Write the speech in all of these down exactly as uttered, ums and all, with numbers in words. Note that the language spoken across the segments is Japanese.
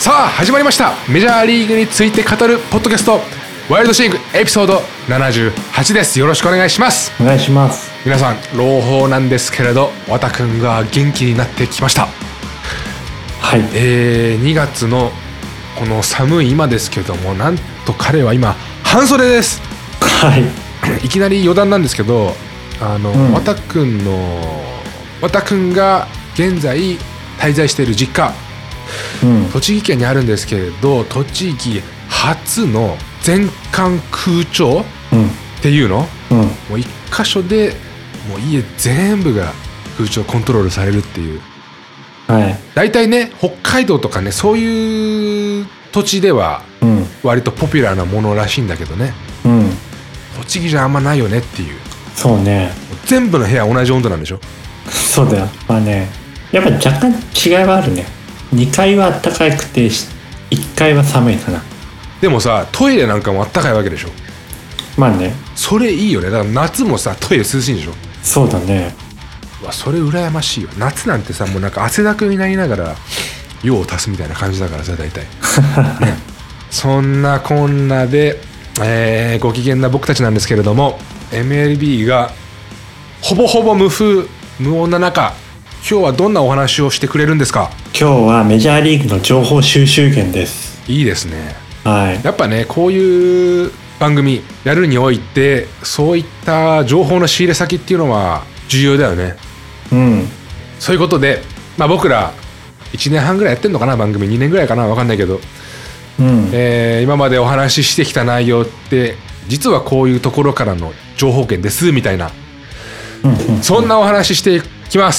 さあ始まりました。メジャーリーグについて語るポッドキャストワイルドシングエピソードななじゅうはちです。よろしくお願いします。 お願いします。 皆さん朗報なんですけれど、わたくんが元気になってきました。 はい、 えー、にがつのこの寒い今ですけども、なんと彼は今半袖です。 はいいきなり余談なんですけど、あの、うん、わたくんのわたくんが現在滞在している実家、うん、栃木県にあるんですけれど、栃木初の全館空調っていうの、うん、もう一箇所でもう家全部が空調コントロールされるっていう、はい、だいたいね北海道とかねそういう土地では割とポピュラーなものらしいんだけどね、うん、栃木じゃあんまないよねっていう。 そうね、 全部の部屋同じ温度なんでしょ。 そうだよ。まあね、やっぱ若干違いはあるね。にかいは暖かくていっかいは寒いかな。 でもさトイレなんかも暖かいわけでしょ。 まあね、 それいいよね。だから夏もさトイレ涼しいんでしょ。 そうだね。 わそれ羨ましいよ。夏なんてさもうなんか汗だくになりながら用を足すみたいな感じだからさ大体、ね、そんなこんなで、えー、ご機嫌な僕たちなんですけれども、 エムエルビー がほぼほぼ無風無音な中、今日はどんなお話をしてくれるんですか？ 今日はメジャーリーグの情報収集源です。 いいですね。 はい、 やっぱねこういう番組やるにおいてそういった情報の仕入れ先っていうのは重要だよね。うん、そういうことで、まあ、僕らいちねんはんぐらいやってんのかな、番組にねんぐらいかな、分かんないけど、うんえー、今までお話ししてきた内容って実はこういうところからの情報源ですみたいな、うんうんうん、そんなお話ししていきます。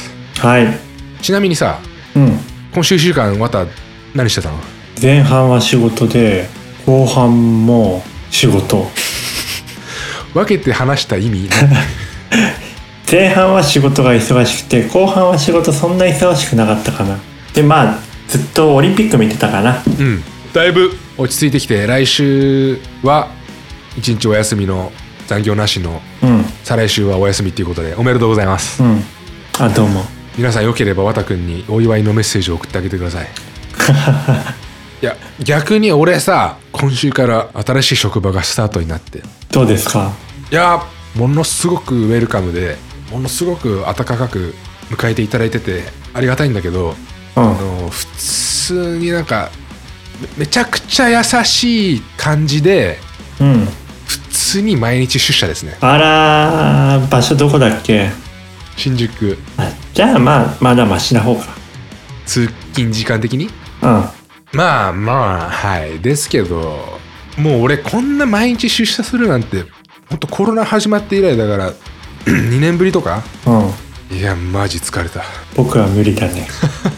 はい。ちなみにさ、うん、今週いっしゅうかんまた何してたの？ 前半は仕事で後半も仕事分けて話した意味前半は仕事が忙しくて後半は仕事そんな忙しくなかったかな。でまあずっとオリンピック見てたかな。 うん、だいぶ落ち着いてきて、来週はいちにちお休みの残業なしの、うん、再来週はお休みということでおめでとうございます、うん、 あどうも。 皆さんよければわたくんにお祝いのメッセージを送ってあげてくださいいや逆に俺さ今週から新しい職場がスタートになって。 どうですか？ いやものすごくウェルカムでものすごく温かく迎えていただいててありがたいんだけど、うん、あの普通になんか め, めちゃくちゃ優しい感じで、うん、普通に毎日出社ですね。 あら場所どこだっけ？ 新宿。 あじゃあまあまだマシな方か。 通勤時間的に？うん。まあまあはいですけど、もう俺こんな毎日出社するなんてほんとコロナ始まって以来だからにねんぶりとか。うん。いやマジ疲れた。 僕は無理だね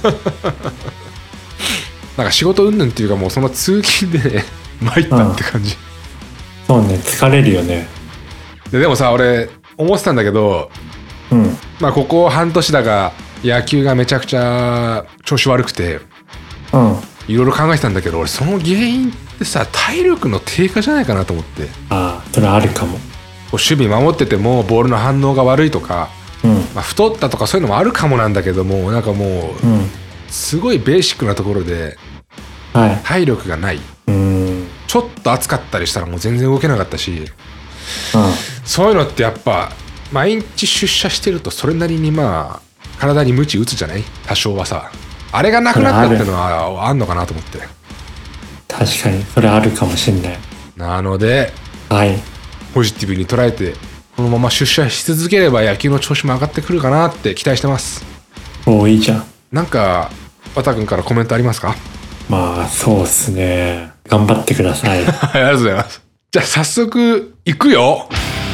なんか仕事云々っていうかもうその通勤でね参ったって感じ、 うん、そうね疲れるよね。 で, でもさ俺思ってたんだけど、うん、まあここ半年だが野球がめちゃくちゃ調子悪くて、うん、いろいろ考えてたんだけど、俺その原因ってさ体力の低下じゃないかなと思って。 ああそれあるかも。 守備守っててもボールの反応が悪いとか、うんまあ、太ったとかそういうのもあるかもなんだけども、なんかもう、うん、すごいベーシックなところで体力がない、はい、うんちょっと暑かったりしたらもう全然動けなかったし、うん、そういうのってやっぱ毎日出社してるとそれなりにまあ体に鞭打つじゃない多少はさ。あれがなくなったってのはあんのかなと思って。 確かにそれあるかもしれない。 なので、はい、ポジティブに捉えてこのまま出社し続ければ野球の調子も上がってくるかなって期待してます。 おーいいじゃん。 なんかわたくんからコメントありますか？ まあそうっすね、頑張ってくださいはいありがとうございます。じゃあ早速いくよ。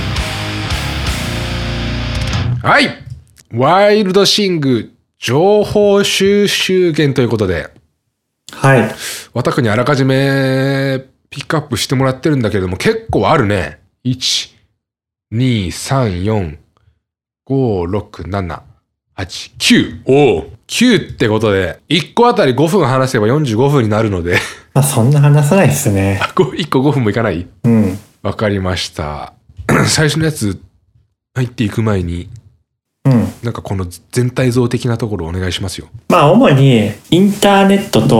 はい、ワイルドシング情報収集源ということで、はい、わたくんにあらかじめピックアップしてもらってるんだけれども結構あるね。いち、に、さん、よん、ご、ろく、なな、はち、きゅう。おお、きゅうってことでいっこあたりごふん話せばよんじゅうごふんになるのであそんな話さないっすね。 いっこごふんもいかない？うん。わかりました最初のやつ入っていく前にうん、なんかこの全体像的なところをお願いしますよ。 まあ主にインターネットと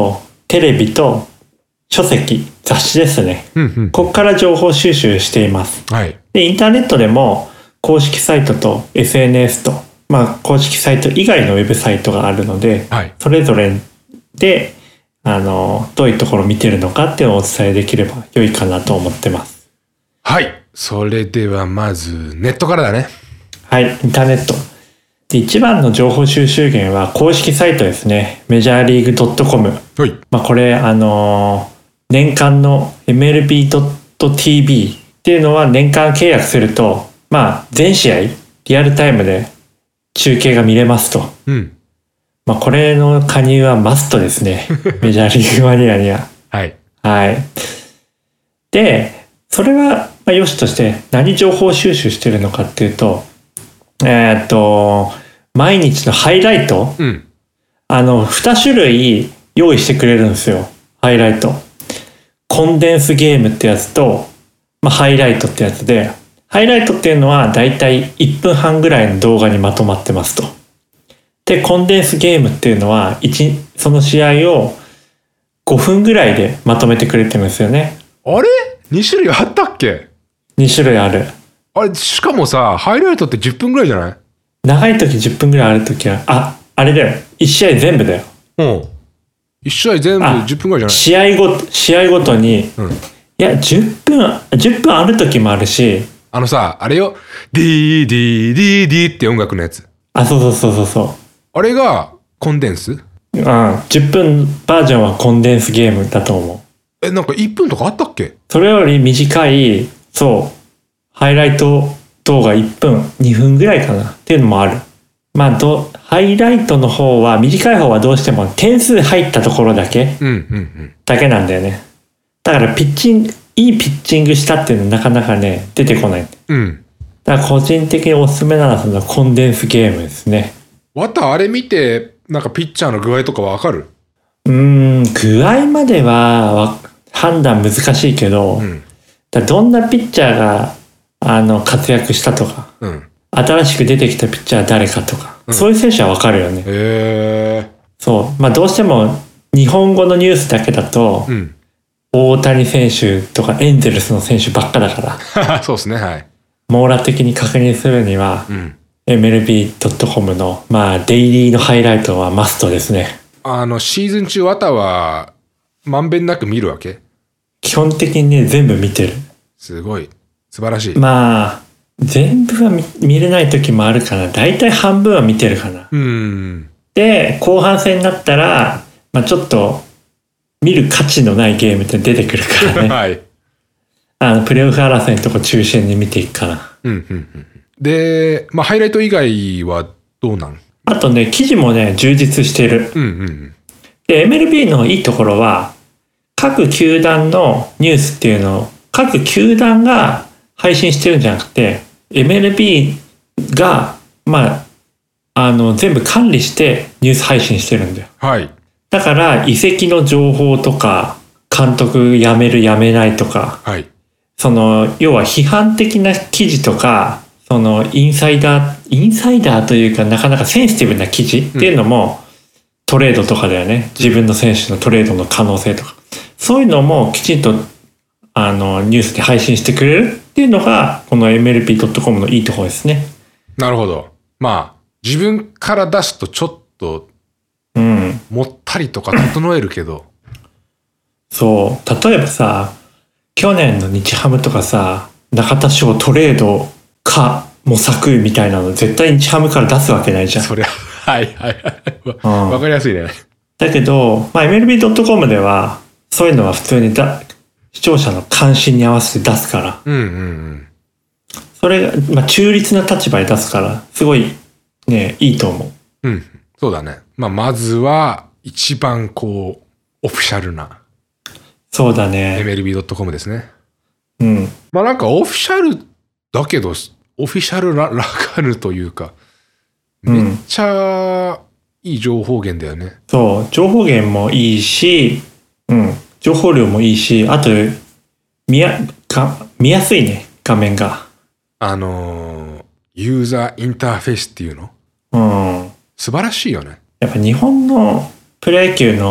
テレビと書籍、雑誌ですね。 うんうん、 ここから情報収集しています。 はい。 で、インターネットでも公式サイトと エスエヌエス と、まあ、公式サイト以外のウェブサイトがあるので、 はい、 それぞれで、あの、どういうところを見てるのかっていうのをお伝えできれば良いかなと思ってます。 はい。それではまず、ネットからだね。 はい、インターネット。で、一番の情報収集源は公式サイトですね。メジャーリーグ .com。 はい。 まあ、これ、あのー、年間の エムエルビー ドット ティービー っていうのは年間契約すると、まあ、全試合、リアルタイムで中継が見れますと。 うん。 まあ、これの加入はマストですね。メジャーリーグマニアには。 はい。 はい。で、それは、まあ、良しとして何情報収集してるのかっていうと、えーっと、毎日のハイライト、 うん、 あの、に種類用意してくれるんですよ。ハイライト。コンデンスゲームってやつと、まあ、ハイライトってやつで、ハイライトっていうのはだいたいいっぷんはんぐらいの動画にまとまってますと。で、コンデンスゲームっていうのは、一その試合をごふんぐらいでまとめてくれてるんですよね。 あれ ?に 種類あったっけ ? に 種類ある。 あれ、しかもさ、ハイライトってじゅっぷんぐらいじゃない？ 長い時じゅっぷんぐらいある時は、あ、あれだよ。いち試合全部だよ。 うん。いち試合全部じゅっぷんぐらいじゃない？ 試合ごと、試合ごとに、 うん、いや、じゅっぷん、じゅっぷんある時もあるし、 あのさ、あれよ、ディーディーディーディーって音楽のやつ。 あ、そうそうそうそうそう。 あれがコンデンス？ うん。じゅっぷんバージョンはコンデンスゲームだと思う。 え、なんかいっぷんとかあったっけ？ それより短い、そう、ハイライト動画いっぷん、にふんぐらいかなっていうのもある。まあ、ど、ハイライトの方は、短い方はどうしても点数入ったところだけ、 うんうんうん。 だけなんだよね。だからピッチング、いいピッチングしたっていうのはなかなかね、出てこない。 うん。 だから個人的におすすめなのはそのコンデンスゲームですね。 わたあれ見て、なんかピッチャーの具合とかわかる？ うーん、具合まではわ判断難しいけど、 うん、 だどんなピッチャーがあの活躍したとか、 うん、 新しく出てきたピッチャーは誰かとか、 うん、 そういう選手はわかるよね。 へー。 そう。まあどうしても日本語のニュースだけだと、うん、大谷選手とかエンゼルスの選手ばっかだから。 そうですね、はい。 網羅的に確認するには、うん、エムエルビー ドット コム の、まあ、デイリーのハイライトはマストですね。 あの、シーズン中、ワタは、まんべんなく見るわけ？ 基本的にね、全部見てる。 すごい。素晴らしい。 まあ、全部は 見, 見れない時もあるかな。だいたい半分は見てるかな。 うん。 で、後半戦になったら、まあちょっと、見る価値のないゲームって出てくるからね。 はい。 あの、プレーオフ争いのとこ中心に見ていくかな。 うん、うん、うん。で、まあ、ハイライト以外はどうなん？ あとね、記事もね、充実してる。 うん、うん。 で、エムエルビー のいいところは、各球団のニュースっていうのを、各球団が配信してるんじゃなくて、エムエルビー が、まあ、あの、全部管理してニュース配信してるんだよ。 はい。 だから、移籍の情報とか、監督辞める辞めないとか、 はい。 その、要は批判的な記事とか、その、インサイダー、インサイダーというか、なかなかセンシティブな記事っていうのも、うん、トレードとかだよね。自分の選手のトレードの可能性とか。そういうのもきちんと、あの、ニュースで配信してくれるっていうのが、この エムエルビー ドット コム のいいところですね。 なるほど。まあ、自分から出すとちょっと、うん。もったりとか整えるけど。 そう。例えばさ、去年の日ハムとかさ、中田翔トレードか模索みたいなの絶対日ハムから出すわけないじゃん。 そりゃ、はいはいはい。わ、うん、かりやすいね。 だけど、まあ、エムエルビー ドット コム では、そういうのは普通にだ視聴者の関心に合わせて出すから。 うんうんうん。 それが、まあ、中立な立場で出すから、すごい、ね、いいと思う。うん。そうだね。まあ、まずは、一番こう、オフィシャルな。 そうだね。 エムエルビー ドット コム ですね。 うん。 まあなんかオフィシャルだけど、オフィシャルら、らかるというか、めっちゃいい情報源だよね。 うん、そう。情報源もいいし、うん。情報量もいいし、あと、見や、か、見やすいね、画面が。 あのー、ユーザーインターフェースっていうの？ うん。 素晴らしいよね。 やっぱ日本のプロ野球の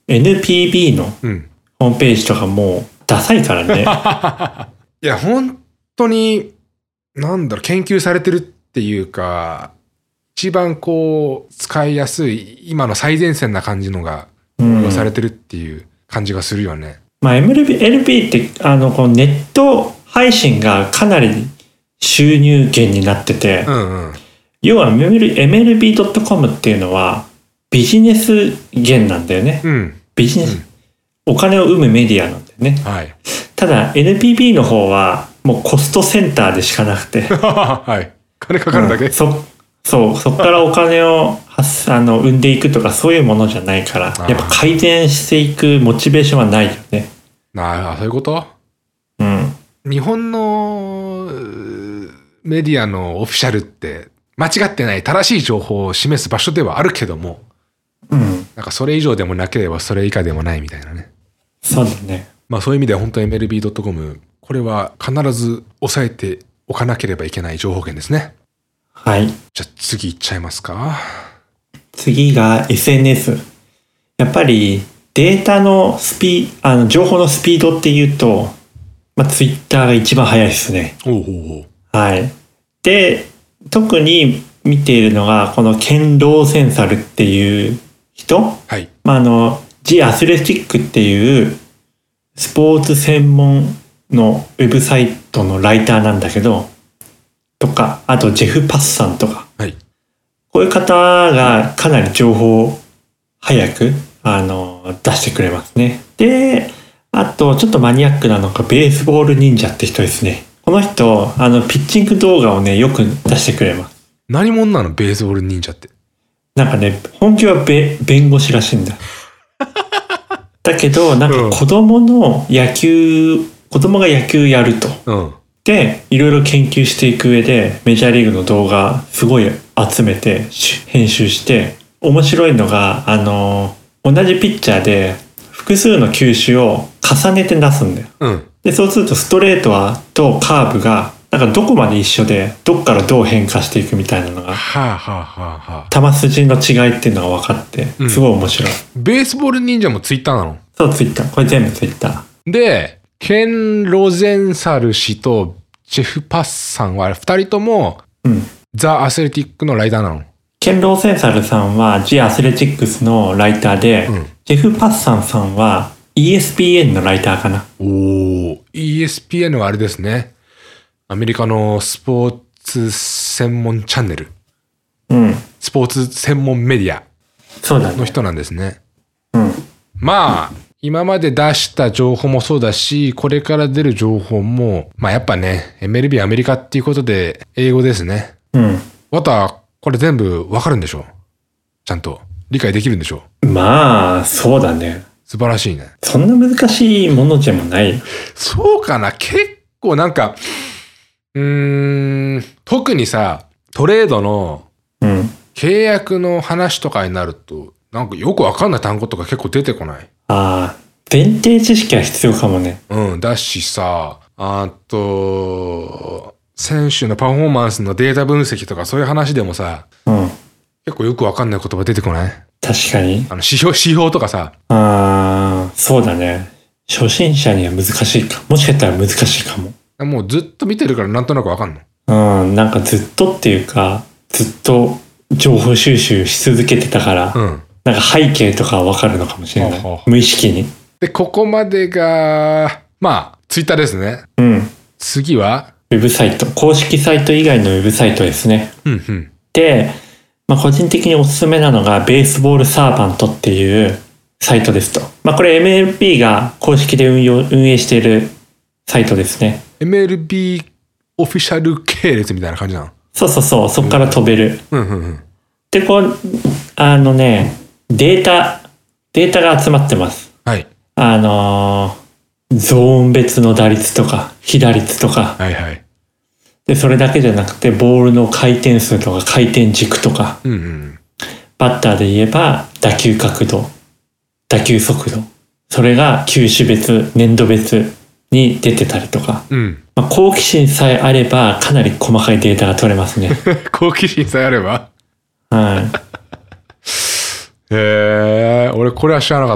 エヌピービー のうんホームページとかもうダサいからね。 いや本当になんだろう、研究されてるっていうか、一番こう使いやすい今の最前線な感じのが運用されてるっていう感じがするよね。 まあ エムエルビー、エルビー ってあのこのネット配信がかなり収入源になってて、 うんうん、 要は エムエルビードットコム っていうのはビジネス源なんだよね。 うん、 ビジネス、うん、お金を生むメディアなんだよね。 はい、ただ エヌピービー の方はもうコストセンターでしかなくて、 はい、金かかるだけ、 うん、そそうそこからお金をあの生んでいくとかそういうものじゃないから、やっぱ改善していくモチベーションはないよね。 ああ、そういうこと。 うん。 日本のメディアのオフィシャルって間違ってない正しい情報を示す場所ではあるけども、 うん、 なんかそれ以上でもなければそれ以下でもないみたいなね。 そうだね。 まあそういう意味では本当に エムエルビードットコム これは必ず押さえておかなければいけない情報源ですね。 はい。 じゃあ次いっちゃいますか。 次が エスエヌエス。やっぱりデータのスピあの情報のスピードっていうと、まあ、ツイッターが一番早いですね。 おうおうおう。 はい。で、特に見ているのが、このケン・ローセンサルっていう人。 はい。 まあ、あの、ジ・アスレチックっていうスポーツ専門のウェブサイトのライターなんだけど、とか、あとジェフ・パスさんとか。 はい。 こういう方がかなり情報を早く、あの、出してくれますね。で、あと、ちょっとマニアックなのが、ベースボール忍者って人ですね。この人、あの、ピッチング動画をね、よく出してくれます。 何者なのベースボール忍者って。 なんかね、本気はべ弁護士らしいんだ。だけど、なんか子供の野球、うん、子供が野球やると。 うん、 で、いろいろ研究していく上で、メジャーリーグの動画、すごい集めて、編集して、面白いのが、あの、同じピッチャーで、複数の球種を重ねて出すんだよ。 うん、 で、そうするとストレートはとカーブがなんかどこまで一緒でどっからどう変化していくみたいなのが、 はあはあはあはあ、球筋の違いっていうのが分かってすごい面白い、 うん、ベースボール忍者もツイッターなの？ そう、ツイッター。これ全部ツイッターで、ケン・ロゼンサル氏とジェフ・パスさんはふたりとも、うん、ザ・アスレティックのライターなの？ ケン・ローセンサルさんはジ・アスレチックスのライターで、うん、ジェフ・パスさんさんは イーエスピーエヌ のライターかな。 おー、イーエスピーエヌ はあれですね。アメリカのスポーツ専門チャンネル。 うん。 スポーツ専門メディア。 そうだね。 の人なんですね。 うん。 まあ、今まで出した情報もそうだし、これから出る情報も、まあやっぱね、エムエルビー アメリカっていうことで英語ですね。 うん。 また、これ全部わかるんでしょ？ちゃんと理解できるんでしょ？ まあ、そうだね。 素晴らしいね。 そんな難しいものじゃもない。 そうかな。結構なんか、うーん、特にさ、トレードの契約の話とかになると、なんかよくわかんない単語とか結構出てこない？ ああ、前提知識は必要かもね。 うん、だしさ、あと、選手のパフォーマンスのデータ分析とかそういう話でもさ、 うん、 結構よくわかんない言葉出てこない？ 確かに。 あの指標、指標とかさ。 ああ、そうだね。初心者には難しいか。もしかしたら難しいかも。 もうずっと見てるからなんとなくわかんの？ うん、なんかずっとっていうか、ずっと情報収集し続けてたから、うん、なんか背景とかわかるのかもしれない。ほうほう。無意識に。で、ここまでが、まあ、ツイッターですね。うん。次はウェブサイト。公式サイト以外のウェブサイトですね。うんうん。で、まあ、個人的におすすめなのが、ベースボールサーバントっていうサイトですと。まあ、これ エムエルビー が公式で運用、運営しているサイトですね。エムエルビー オフィシャル系列みたいな感じなの？そうそうそう。そこから飛べる。うんうんうん。で、こう、あのね、データ、データが集まってます。はい。あのー、ゾーン別の打率とか、被打率とか。はいはい。で、それだけじゃなくて、ボールの回転数とか回転軸とか。うんうん。バッターで言えば、打球角度、打球速度。それが球種別、年度別に出てたりとか。うん。まあ、好奇心さえあれば、かなり細かいデータが取れますね。好奇心さえあれば？はい。へえ、俺これは知らなかった。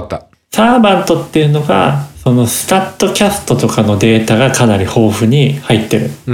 サーバントっていうのがそのスタットキャストとかのデータがかなり豊富に入ってる。 うん、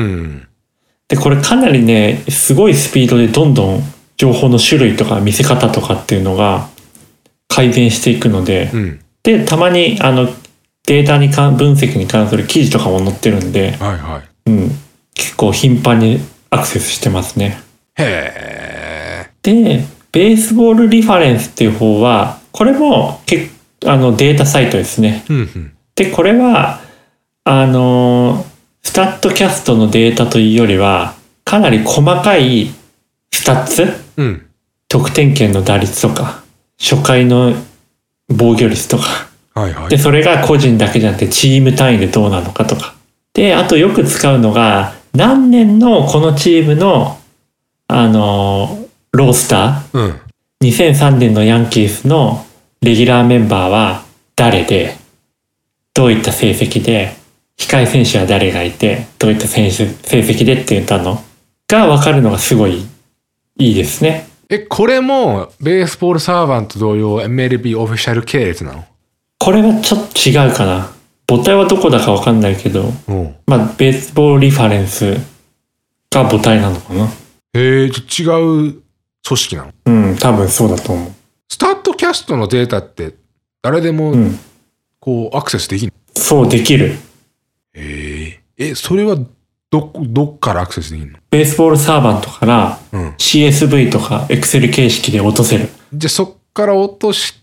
でこれかなりねすごいスピードでどんどん情報の種類とか見せ方とかっていうのが改善していくので、 うん、 でたまにあのデータに関分析に関する記事とかも載ってるんで、 はいはい、 うん、結構頻繁にアクセスしてますね。 へー。でベースボールリファレンスっていう方はこれも結あのデータサイトですね。 うんうん、でこれはあのスタットキャストのデータというよりはかなり細かいスタッツ、 うん、 得点圏の打率とか初回の防御率とか、 はいはい、 でそれが個人だけじゃなくてチーム単位でどうなのかとかで、あとよく使うのが何年のこのチームのあのロースター、うん、にせんさんねんのヤンキースのレギュラーメンバーは誰でどういった成績で控え選手は誰がいてどういった選手成績でって言ったのが分かるのがすごいいいですね。 え、これもベースボールサーバント同様 エムエルビー オフィシャル系列なの？これはちょっと違うかな。母体はどこだか分かんないけど、 うん、 まあベースボールリファレンスが母体なのかな。 へえ、ちょ違う組織なの？ うん、多分そうだと思う。 スタットキャストのデータって誰でもこうアクセスできるの？ うん、そうできる。 へえ、え、それはど、どっからアクセスできるの？ ベースボールサーバントから シーエスブイ とか Excel 形式で落とせる。 じゃあそっから落として、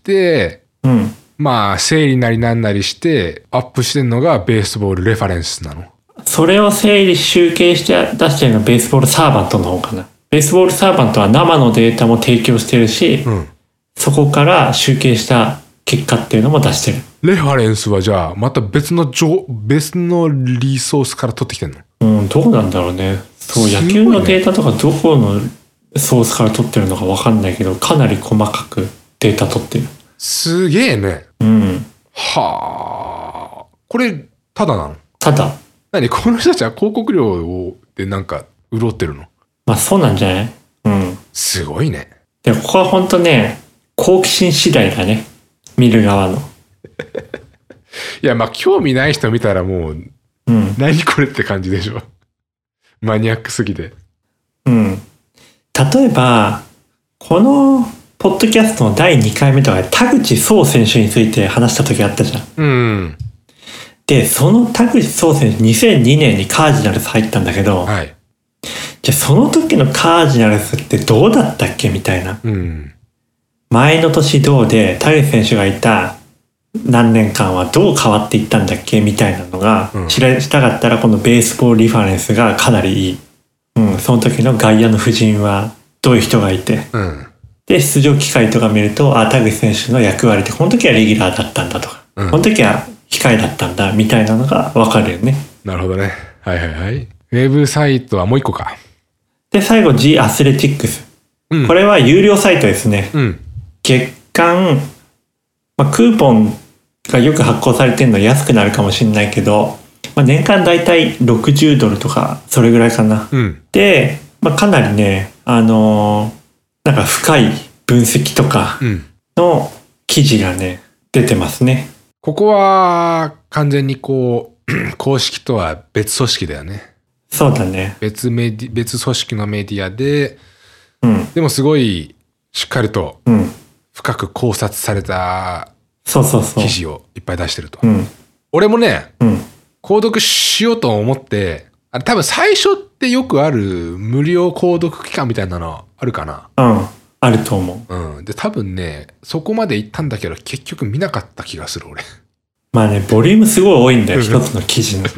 うん、 まあ整理なりなんなりしてアップしてんのがベースボールレファレンスなの？ それを整理集計して出してるのはベースボールサーバントの方かな。ベースボールサーバントは生のデータも提供してるし、うん、そこから集計した結果っていうのも出してる。 レファレンスはじゃあまた別の情別のリソースから取ってきてんの？うん、 どうなんだろうね。そう、野球のデータとかどこのソースから取ってるのか分かんないけど、かなり細かくデータ取ってる。 すげえね。 うん。 はあ。これただなの？ ただ。 何この人たちは広告料をでなんか潤ってるの？ まあそうなんじゃない？うん。 すごいね。 でここは本当ね、好奇心次第だね。見る側の。 いやまあ興味ない人見たらもう、うん、何これって感じでしょ。マニアックすぎて。 うん。例えばこのポッドキャストのだいにかいめとかで田口壮選手について話した時あったじゃん。 うん。 でその田口壮選手にせんにねんにカージナルス入ったんだけど、 はい、 じゃあその時のカージナルスってどうだったっけみたいな。 うん、 前の年どうで田口選手がいた何年間はどう変わっていったんだっけみたいなのが、うん、知らしたかったらこのベースボールリファレンスがかなりいい。うん、その時の外野の布陣はどういう人がいて、 うん、 で出場機会とか見ると、あ、田口選手の役割ってこの時はレギュラーだったんだとか、うん、この時は控えだったんだみたいなのが分かるよね。 なるほどね。はいはいはい。ウェブサイトはもう一個か。 で最後 G アスレティックス、うん、これは有料サイトですね。 うん、 月間、まあ、クーポンがよく発行されてるの安くなるかもしれないけど、まあ、年間だいたいろくじゅうドルとかそれぐらいかな。 うん、 で、まあ、かなりね、あのー、なんか深い分析とかの記事がね、出てますね。 ここは完全にこう公式とは別組織だよね。 そうだね。 別メディ別組織のメディアで、 うん、 でもすごいしっかりと深く考察された記事をいっぱい出してると。 うん、 俺もね、 うん、 購読しようと思って、あれ多分最初ってよくある無料購読期間みたいなのあるかな。 うん、あると思う。うん。で多分ね、そこまで行ったんだけど結局見なかった気がする俺。 まあね、ボリュームすごい多いんだよ、一つの記事の。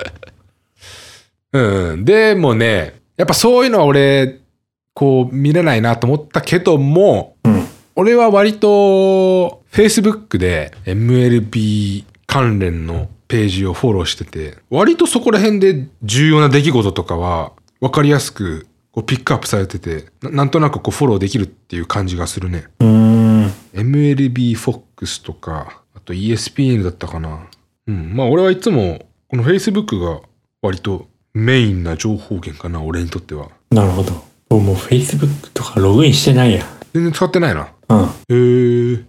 うん。でもね、やっぱそういうのは俺、こう見れないなと思ったけども、 うん、 俺は割と Facebook で エムエルビー 関連のページをフォローしてて、割とそこら辺で重要な出来事とかは分かりやすくこうピックアップされてて、な, なんとなくこうフォローできるっていう感じがするね。 うーん。 エムエルビー フォックス とか、あと イーエスピーエヌ だったかな。うん。まあ俺はいつもこの Facebook が割とメインな情報源かな、俺にとっては。 なるほど。もう Facebook とかログインしてないや。 全然使ってないな。 うん。 へー。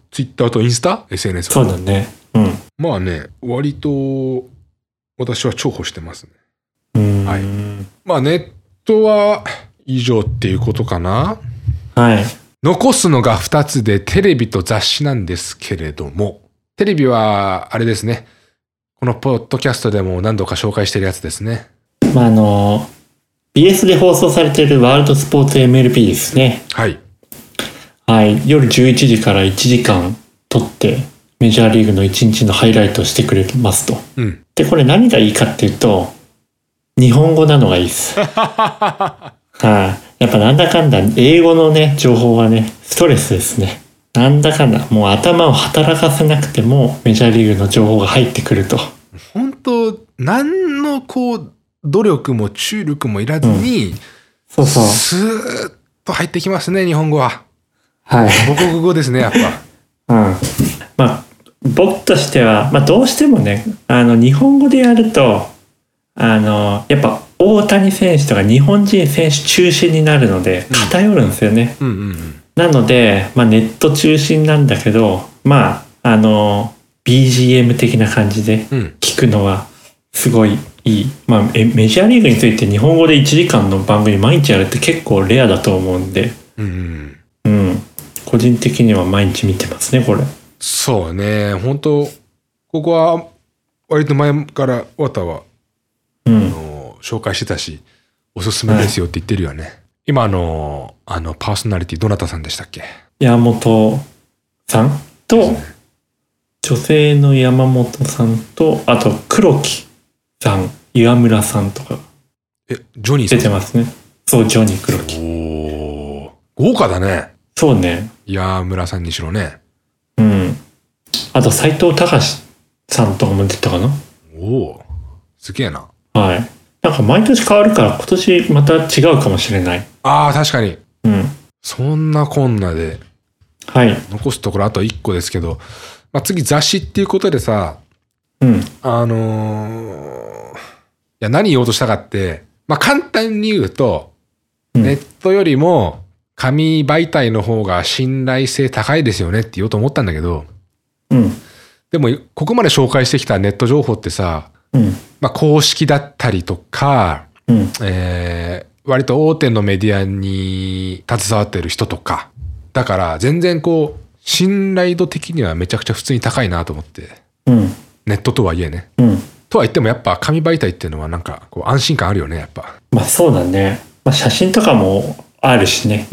ツイッターとインスタ エスエヌエス は。 そうだね。うん。 まあね、割と私は重宝してますね。 うーん。 はい。まあネットは以上っていうことかな。 はい。 残すのがふたつでテレビと雑誌なんですけれども、テレビはあれですね。このポッドキャストでも何度か紹介してるやつですね。 まああの ビーエス で放送されているワールドスポーツ エムエルビー ですね。 はい。 はい。夜じゅういちじからいちじかん撮ってメジャーリーグのいちにちのハイライトをしてくれますと。 うん。 でこれ何がいいかっていうと日本語なのがいいです。はい、あ。やっぱなんだかんだ英語のね情報はねストレスですね。なんだかんだもう頭を働かせなくてもメジャーリーグの情報が入ってくると。 本当何のこう努力も注力もいらずに、うん、 そうそうスーッと入ってきますね日本語は。 はい。 母国語ですねやっぱ。 うん。まあ僕としてはまあどうしてもねあの日本語でやるとあのやっぱ大谷選手とか日本人選手中心になるので偏るんですよね。 うんうんうんうん、 なので、まあ、ネット中心なんだけどまああの ビージーエム 的な感じで聞くのはすごいいい、まあ、メジャーリーグについて日本語でいちじかんの番組毎日やるって結構レアだと思うんで、 うんうん、個人的には毎日見てますねこれ。 そうね本当ここは割と前からワタは、うん、あの紹介してたしおすすめですよって言ってるよね、はい、今のあのパーソナリティどなたさんでしたっけ？ 山本さんと、ね、女性の山本さんとあと黒木さん岩村さんとかえジョニーさん出てますね。そうジョニー黒木。 おー豪華だね。 そうね岩村さんにしろね。 うん。あと斎藤隆さんとかも出たかな。 おおすげえな。 はい。なんか毎年変わるから今年また違うかもしれない。 ああ確かに。 うん。 そんなこんなで。 はい。 残すところあといっこですけど、まあ、次雑誌っていうことでさ、 うん。 あのー、いや何言おうとしたかって、まあ簡単に言うと、うん、ネットよりも紙媒体の方が信頼性高いですよねって言おうと思ったんだけど、 うん。 でもここまで紹介してきたネット情報ってさ、 うん、 まあ公式だったりとか、 うん、 えー、割と大手のメディアに携わってる人とか、だから全然こう信頼度的にはめちゃくちゃ普通に高いなと思って、 うん、 ネットとはいえね、 うん、 とは言ってもやっぱ紙媒体っていうのはなんかこう安心感あるよねやっぱ。 まあそうだね、まあ、写真とかもあるしね。 うん。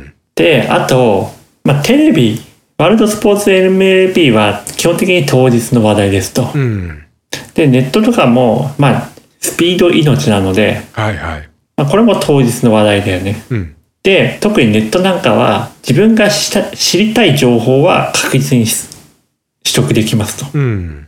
であと、まあ、テレビワールドスポーツ エムエルビー は基本的に当日の話題ですと、 うん、 でネットとかもまあスピード命なので、 はいはい、 まあ、これも当日の話題だよね。 うん、 で特にネットなんかは自分がした知りたい情報は確実に取得できますと、 うん、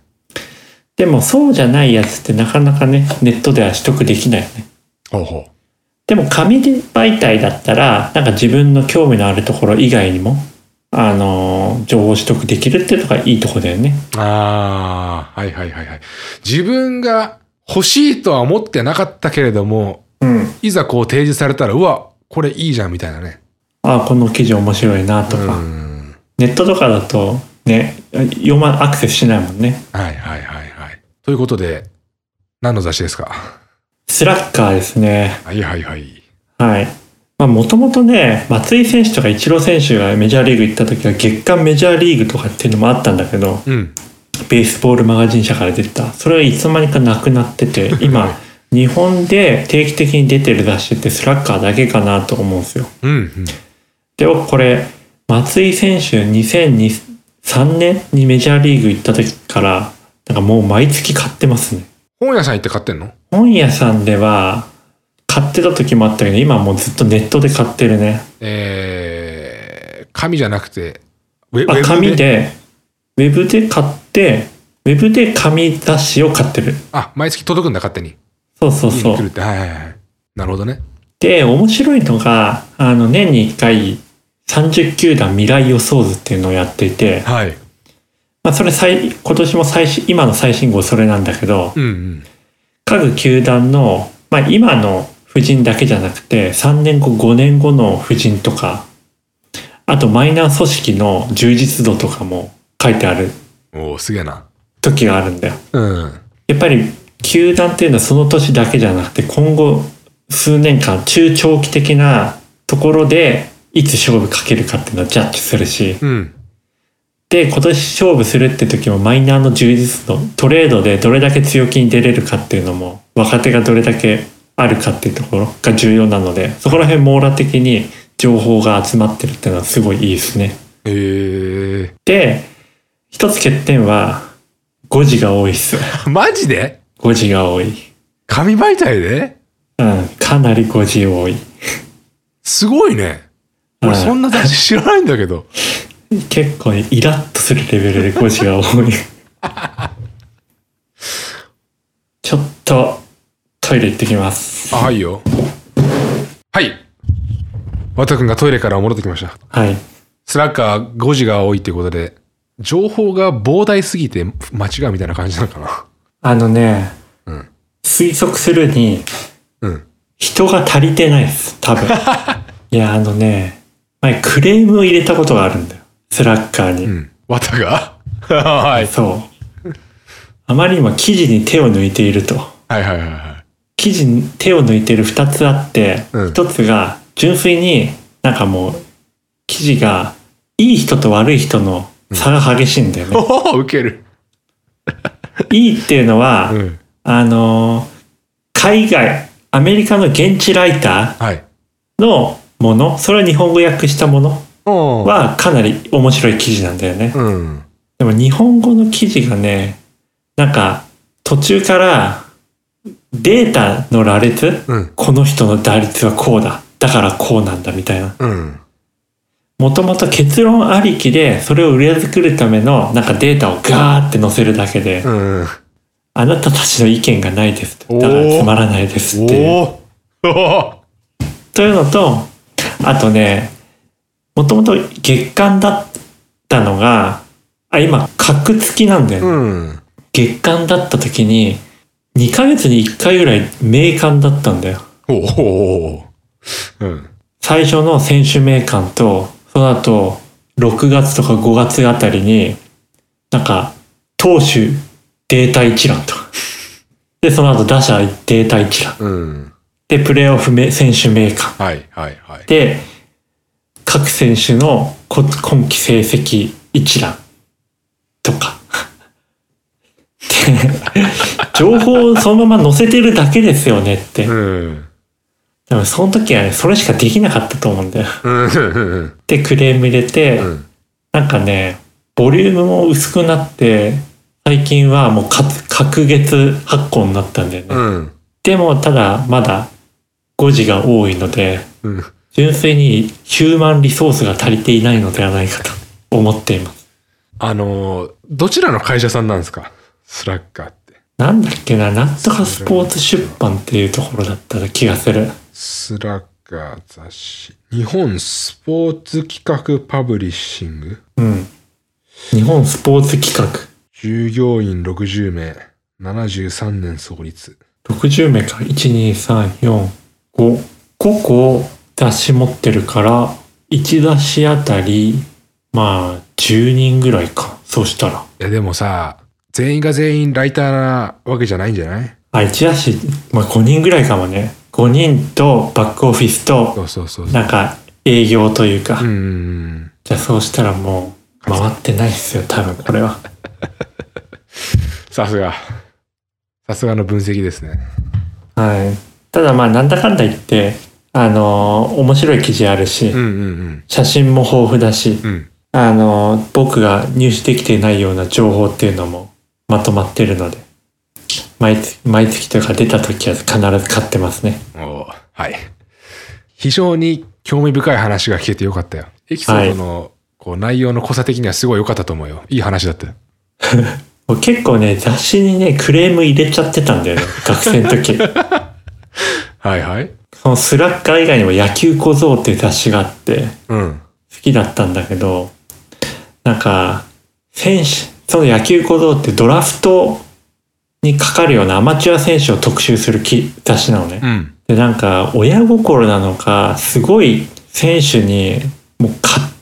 でもそうじゃないやつってなかなかねネットでは取得できないよね。 ほうほう。 でも紙媒体だったらなんか自分の興味のあるところ以外にもあの情報取得できるっていうのがいいところだよね。 ああはいはいはいはい。自分が欲しいとは思ってなかったけれども、 うん、 いざこう提示されたらうわこれいいじゃんみたいなね。 あこの記事面白いなとか、うん、ネットとかだとね読まアクセスしないもんね。 はいはいはいはい。ということで何の雑誌ですか？ スラッガーですね。 はいはいはい。 はい。まあもともとね松井選手とかイチロー選手がメジャーリーグ行った時は月刊メジャーリーグとかっていうのもあったんだけど、 うん、 ベースボールマガジン社から出てた。それはいつの間にかなくなってて今日本で定期的に出てる雑誌ってスラッガーだけかなと思うんですよ。 うんうん、 でこれ松井選手にせんさんねんにメジャーリーグ行った時からなんかもう毎月買ってますね。 本屋さん行って買ってんの？ 本屋さんでは買ってた時もあったけど今はもうずっとネットで買ってるね。 えー、紙じゃなくてウェブで？あ、紙でウェブで買ってウェブで紙雑誌を買ってる。 あ、毎月届くんだ勝手に。 そうそうそう。 来るって、はいはいはい。なるほどね。 で面白いのがあの年にいっかいさんじゅっきゅうだん未来予想図っていうのをやっていて、 はい。 まあ、それ最今年も最新今の最新号それなんだけど、 うんうん、 各球団の、まあ、今の布陣だけじゃなくてさんねんごごねんごの布陣とかあとマイナー組織の充実度とかも書いてあるおーすげえな。 時があるんだよ。 うん。 やっぱり球団っていうのはその年だけじゃなくて今後数年間中長期的なところでいつ勝負かけるかっていうのをジャッジするし、 うん。 で今年勝負するって時もマイナーの充実度、トレードでどれだけ強気に出れるかっていうのも若手がどれだけあるかっていうところが重要なので、そこら辺網羅的に情報が集まってるっていうのはすごいいいですね。 へえ。 で一つ欠点は誤字が多いっす。 マジで？ 誤字が多い。 紙媒体で？ うん、かなり誤字多い。 すごいね。俺そんな雑誌知らないんだけど。 結構ね、イラッとするレベルで誤字が多い。ちょっとトイレ行ってきます。 あ、はいよ。はい。わたくんがトイレから戻ってきました。 はい。 スラッガー誤字が多いっていうことで、情報が膨大すぎて間違うみたいな感じなのかな。 あのね、 うん、 推測するに、 うん、人が足りてないです、多分。いや、あのね、前クレームを入れたことがあるんだよ。スラッガーに。うん。 わたがはい。 そう。あまりにも記事に手を抜いていると。 はいはいはいはい。 記事に手を抜いている二つあって、一、うん、つが純粋になんかもう記事がいい人と悪い人の差が激しいんだよね。 うん、おお、ウケる。 いいっていうのは、うん、あの海外アメリカの現地ライターのもの、はい、それは日本語訳したものはかなり面白い記事なんだよね、うん、でも日本語の記事がね、なんか途中からデータの羅列、うん、この人の打率はこうだ、だからこうなんだみたいな、もともと結論ありきでそれを裏付けるためのなんかデータをガーって載せるだけで、うん、あなたたちの意見がないですだからつまらないですっていうというのと、あとね、もともと月間だったのが、あ、今格付きなんだよね、うん、月間だった時ににかげつにいっかいぐらい名鑑だったんだよ。おお、うん、最初の選手名鑑とその後ろくがつとかごがつあたりになんか投手データ一覧とかで、その後打者データ一覧、うん、でプレーオフ選手名鑑、はいはいはい、で各選手の今季成績一覧とか情報をそのまま載せてるだけですよねって、うん、でもその時はね、それしかできなかったと思うんだよでクレーム入れて、うん、なんかねボリュームも薄くなって最近はもう隔月発行になったんだよね、うん、でもただまだ誤字が多いので、うん、純粋にヒューマンリソースが足りていないのではないかと思っています。あのどちらの会社さんなんですか、スラッガーって。なんだっけな、なんとかスポーツ出版っていうところだった気がする。スラッガー雑誌、日本スポーツ企画パブリッシング、うん、日本スポーツ企画、従業員ろくじゅうめい、ななじゅうさんねん創立。ろくじゅうめいか、いちにさんよんご、ごこ雑誌持ってるからいち雑誌あたりまあじゅうにんぐらいか。そうしたら、いやでもさ、全員が全員ライターなわけじゃないんじゃない？あ、いち雑誌、まあごにんぐらいかもね。ごにんとバックオフィスと、そうそうそうそう、なんか営業というか。うん。じゃあそうしたらもう回ってないっすよ、多分これは。さすが。さすがの分析ですね。はい。ただまあなんだかんだ言って、あのー、面白い記事あるし、うんうんうん、写真も豊富だし、うん、あのー、僕が入手できていないような情報っていうのもまとまってるので、毎月、毎月とか出た時は必ず買ってますね。お、はい。非常に興味深い話が聞けてよかったよ。エピソードの、はい、こう内容の濃さ的にはすごい良かったと思うよ。いい話だったよ。結構ね、雑誌にね、クレーム入れちゃってたんだよね。学生の時。はいはい。そのスラッガー以外にも野球小僧っていう雑誌があって、うん、好きだったんだけど、なんか、選手、その野球小僧ってドラフトにかかるようなアマチュア選手を特集する雑誌なのね。うん、で、なんか、親心なのか、すごい選手に、もうか、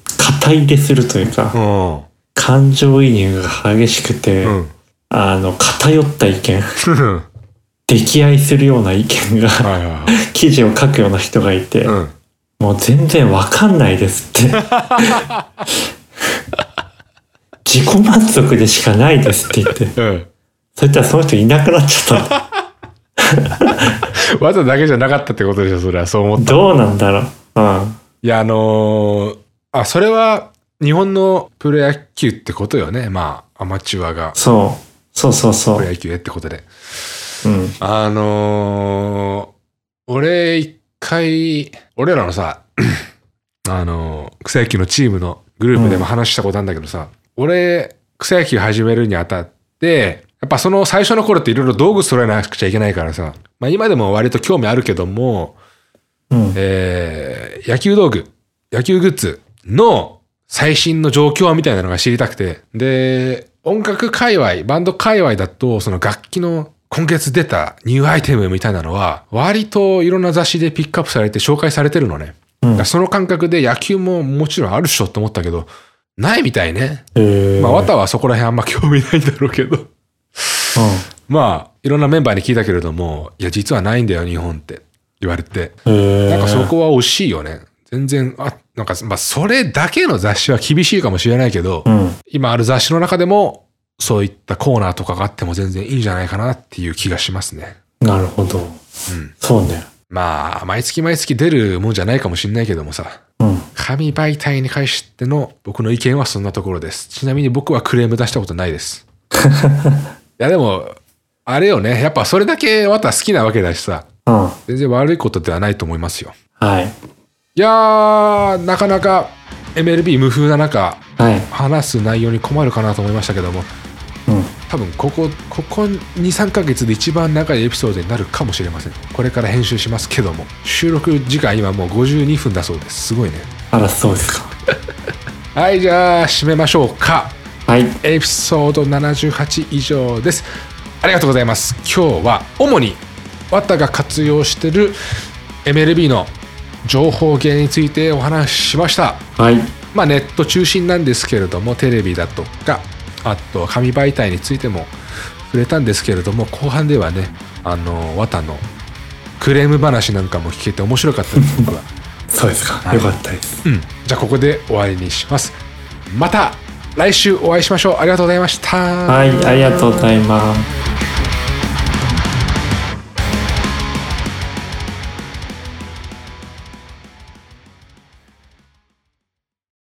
肩入れするというか、 うん、 感情移入が激しくて、うん、あの偏った意見溺愛するような意見がはいはい、はい、記事を書くような人がいて、うん、もう全然わかんないですって自己満足でしかないですって言って、うん、そしたらその人いなくなっちゃったわざだけじゃなかったってことでしょ。それはそう思った。 どうなんだろう、うん、 いやあのー、あそれは日本のプロ野球ってことよね。まあアマチュアがそうそうそうそうプロ野球へってことで、うん、あのー、俺一回俺らのさあのー、草野球のチームのグループでも話したことあるんだけどさ、うん、俺草野球始めるにあたってやっぱその最初の頃っていろいろ道具揃えなくちゃいけないからさ、まあ、今でも割と興味あるけども、うんえー、野球道具野球グッズの最新の状況みたいなのが知りたくて、で音楽界隈バンド界隈だとその楽器の今月出たニューアイテムみたいなのは割といろんな雑誌でピックアップされて紹介されてるのね、うん、その感覚で野球ももちろんあるっしょって思ったけどないみたいね。まあ綿はそこら辺あんま興味ないんだろうけど、うん、まあいろんなメンバーに聞いたけれども、いや実はないんだよ日本って言われて、なんかそこは惜しいよね。全然あなんかまあそれだけの雑誌は厳しいかもしれないけど、うん、今ある雑誌の中でもそういったコーナーとかがあっても全然いいんじゃないかなっていう気がしますね。 なるほど、うん、そうね。 まあ毎月毎月出るもんじゃないかもしれないけどもさ、うん、紙媒体に関しての僕の意見はそんなところです。ちなみに僕はクレーム出したことないですいやでもあれよね、やっぱそれだけわた好きなわけだしさ、うん、全然悪いことではないと思いますよ。 はい。 いやーなかなか エムエルビー 無風な中、はい、話す内容に困るかなと思いましたけども、うん、多分ここここ にさんかげつで一番長いエピソードになるかもしれません。これから編集しますけども、収録時間今もうごじゅうにふんだそうです。すごいね。 あらそうですかはいじゃあ締めましょうか。 はい、 エピソードななじゅうはち以上です。ありがとうございます。今日は主にワタが活用している エムエルビー の情報源についてお話ししました。 はい。 まあネット中心なんですけれども、テレビだとかあと紙媒体についても触れたんですけれども、後半ではねあのワタのクレーム話なんかも聞けて面白かったです僕はそうですか、はい、よかったです、 うん、じゃあここで終わりにします。また来週お会いしましょう。ありがとうございました。 はい、ありがとうございます。